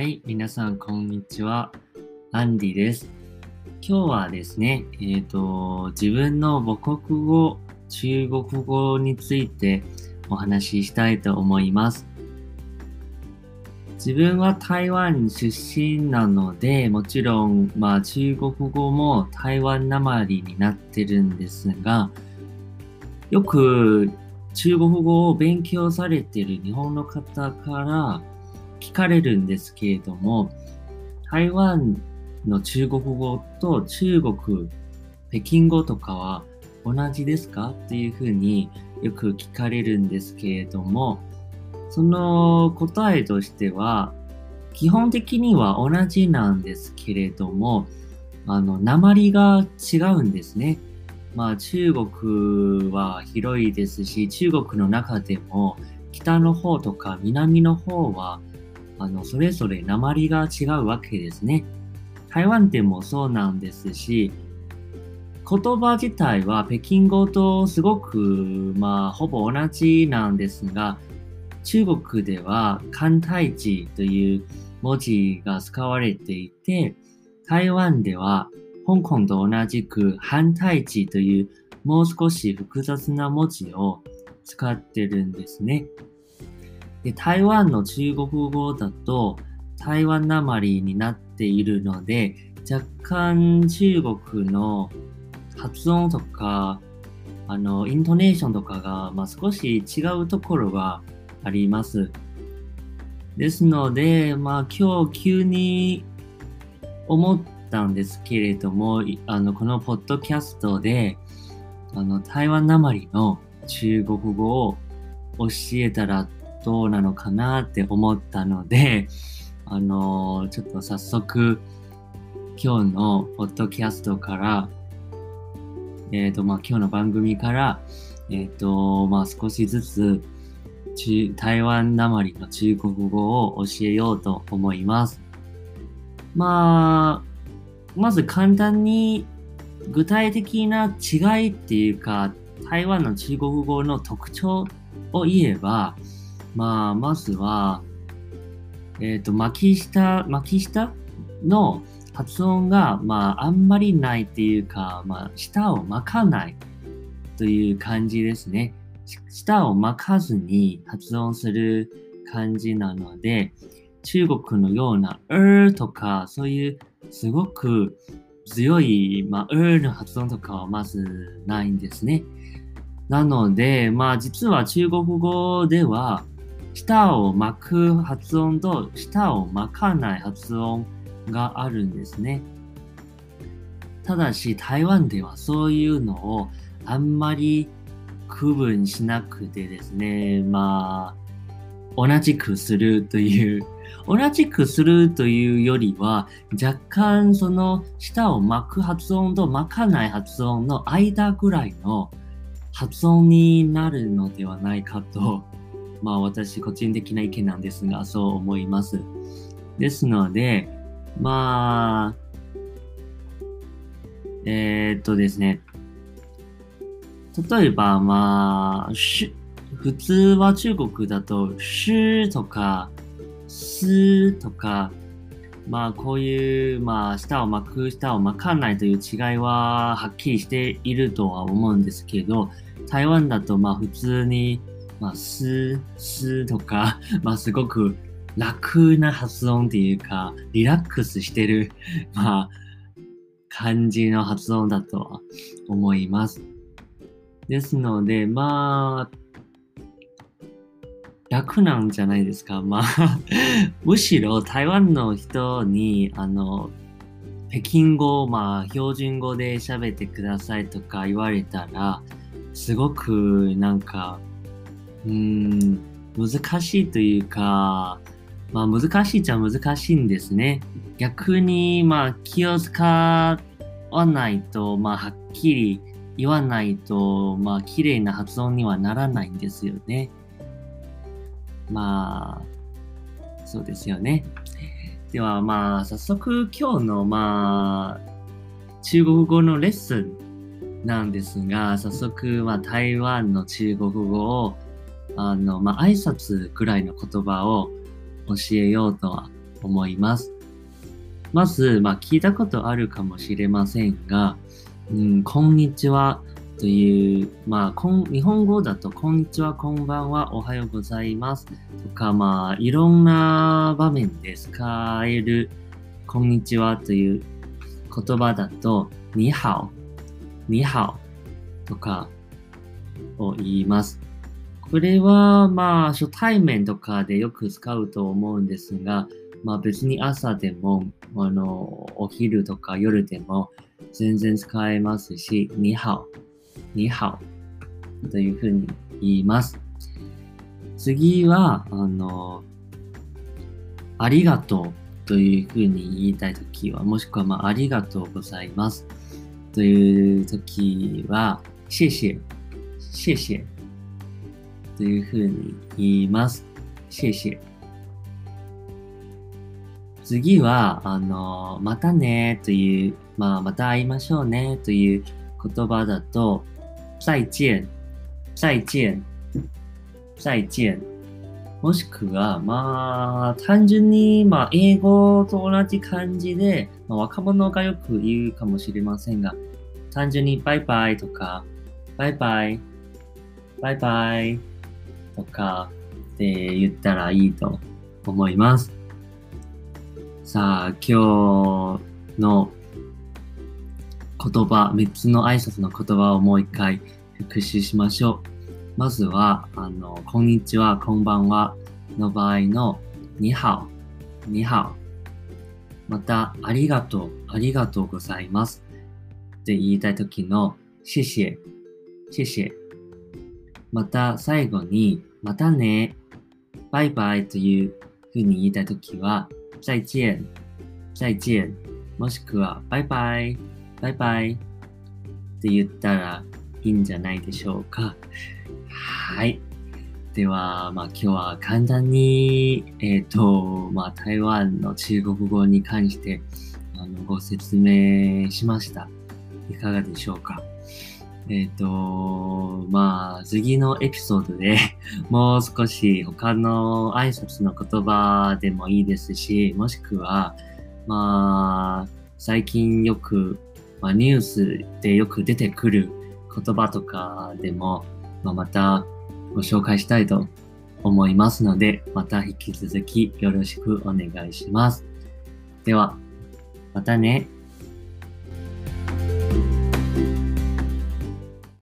はい、皆さんこんにちは。アンディです。今日はですね、自分の母国語、中国語についてお話ししたいと思います。自分は台湾出身なので、もちろん、中国語も台湾なまりになってるんですが、よく中国語を勉強されている日本の方から聞かれるんですけれども、台湾の中国語と中国、北京語とかは同じですかっていうふうによく聞かれるんですけれども、その答えとしては、基本的には同じなんですけれども、訛りが違うんですね。中国は広いですし、中国の中でも北の方とか南の方は、それぞれ訛りが違うわけですね。台湾でもそうなんですし、言葉自体は北京語とすごく、ほぼ同じなんですが、中国では簡体字という文字が使われていて、台湾では香港と同じく繁体字というもう少し複雑な文字を使ってるんですね。で、台湾の中国語だと台湾なまりになっているので、若干中国の発音とか、イントネーションとかが、少し違うところがあります。ですので、今日急に思ったんですけれども、このポッドキャストで、台湾なまりの中国語を教えたらどうなのかなって思ったので、ちょっと早速、今日のポッドキャストから、今日の番組から、少しずつ、台湾なまりの中国語を教えようと思います。まず簡単に具体的な違いっていうか、台湾の中国語の特徴を言えば、まずは、巻き舌の発音が、あんまりないっていうか、舌を巻かないという感じですね。舌を巻かずに発音する感じなので、中国のようなとか、そういうすごく強い、の発音とかはまずないんですね。なので、実は中国語では、舌を巻く発音と舌を巻かない発音があるんですね。ただし、台湾ではそういうのをあんまり区分しなくてですね、同じくするというよりは、若干その舌を巻く発音と巻かない発音の間ぐらいの発音になるのではないかと、私個人的な意見なんですが、そう思います。ですので、ですね、例えば、普通は中国だと、しとか、すとか、こういう、舌を巻く、舌を巻かないという違いははっきりしているとは思うんですけど、台湾だと、普通に、すとか、すごく楽な発音っていうか、リラックスしてる、感じの発音だとは思います。ですので、楽なんじゃないですか。むしろ台湾の人に、北京語、標準語で喋ってくださいとか言われたら、すごく難しいというか、難しいっちゃ難しいんですね。逆に、気を使わないと、はっきり言わないと、綺麗な発音にはならないんですよね。そうですよね。では、早速今日の、中国語のレッスンなんですが、早速、台湾の中国語を、挨拶くらいの言葉を教えようとは思います。まず、聞いたことあるかもしれませんが、こんにちはという、日本語だと、こんにちは、こんばんは、おはようございますとか、いろんな場面で使える、こんにちはという言葉だと、にはお、にはおとかを言います。これは、初対面とかでよく使うと思うんですが、別に朝でも、お昼とか夜でも全然使えますし、にはお、にはおというふうに言います。次は、ありがとうというふうに言いたいときは、もしくは、ありがとうございますというときは、谢谢、谢谢というふうに言います。谢谢。次は、またねという、また会いましょうねという言葉だと、再见、再见、再见。もしくは、単純に、英語と同じ感じで、若者がよく言うかもしれませんが、単純にバイバイとか、バイバイ、バイバイとかって言ったらいいと思います。さあ、今日の言葉、3つの挨拶の言葉をもう一回復習しましょう。まずは、こんにちは、こんばんはの場合の、にはお、にはお。また、ありがとう、ありがとうございますって言いたいときの、谢謝、謝謝。また、最後に、またね、バイバイというふうに言いたいときは、再见、再见、もしくは、バイバイ、バイバイって言ったらいいんじゃないでしょうか。はい。では、今日は簡単に、台湾の中国語に関して、ご説明しました。いかがでしょうか。次のエピソードでもう少し他の挨拶の言葉でもいいですし、もしくは、最近よく、ニュースでよく出てくる言葉とかでも、またご紹介したいと思いますので、また引き続きよろしくお願いします。では、またね。